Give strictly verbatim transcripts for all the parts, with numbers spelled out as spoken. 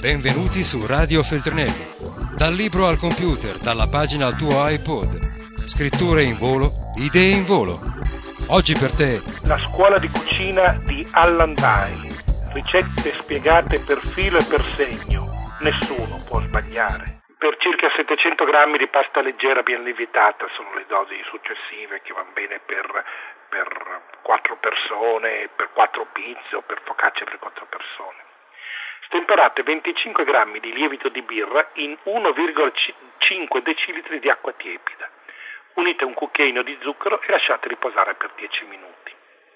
Benvenuti su Radio Feltrinelli. Dal libro al computer, dalla pagina al tuo iPod. Scritture in volo, idee in volo. Oggi per te La scuola di cucina di Alan Dye. Ricette spiegate per filo e per segno. Nessuno può sbagliare. Per circa settecento grammi di pasta leggera ben lievitata sono le dosi successive che vanno bene per, per quattro persone, per quattro pizze o per focacce per quattro persone. Stemperate venticinque grammi di lievito di birra in uno virgola cinque decilitri di acqua tiepida. Unite un cucchiaino di zucchero e lasciate riposare per dieci minuti.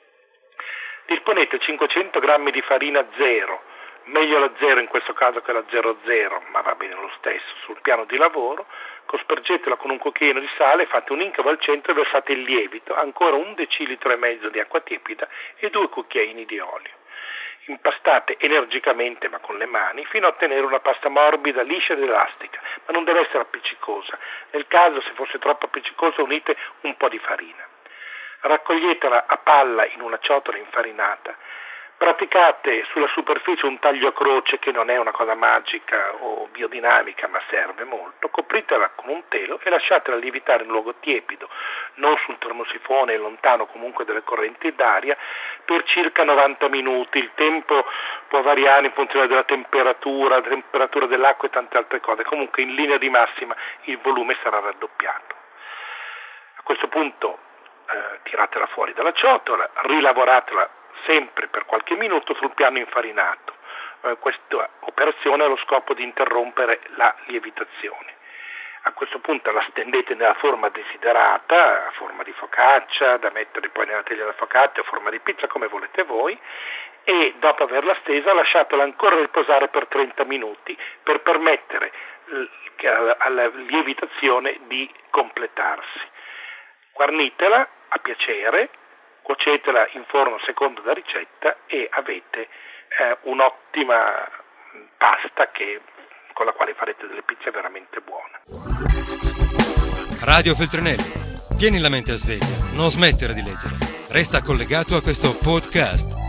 Disponete cinquecento grammi di farina zero, meglio la zero in questo caso che la zero zero, ma va bene lo stesso, sul piano di lavoro, cospargetela con un cucchiaino di sale, fate un incavo al centro e versate il lievito, ancora un decilitro e mezzo di acqua tiepida e due cucchiaini di olio. Impastate energicamente ma con le mani fino a ottenere una pasta morbida, liscia ed elastica, ma non deve essere appiccicosa. Nel caso, se fosse troppo appiccicosa, unite un po' di farina. Raccoglietela a palla in una ciotola infarinata. Praticate sulla superficie un taglio a croce che non è una cosa magica o biodinamica ma serve molto, copritela con un telo e lasciatela lievitare in un luogo tiepido, non sul termosifone, lontano comunque dalle correnti d'aria, per circa novanta minuti. Il tempo può variare in funzione della temperatura, della temperatura dell'acqua e tante altre cose, comunque in linea di massima il volume sarà raddoppiato. A questo punto eh, tiratela fuori dalla ciotola, rilavoratela sempre per qualche minuto sul piano infarinato. Eh, questa operazione ha lo scopo di interrompere la lievitazione. A questo punto la stendete nella forma desiderata, a forma di focaccia, da mettere poi nella teglia da focaccia, a forma di pizza, come volete voi, e dopo averla stesa lasciatela ancora riposare per trenta minuti per permettere alla lievitazione di completarsi. Guarnitela a piacere, cuocetela in forno secondo la ricetta e avete eh, un'ottima pasta che, con la quale farete delle pizze veramente buone. Radio Feltrinelli. Tieni la mente a sveglia, non smettere di leggere. Resta collegato a questo podcast.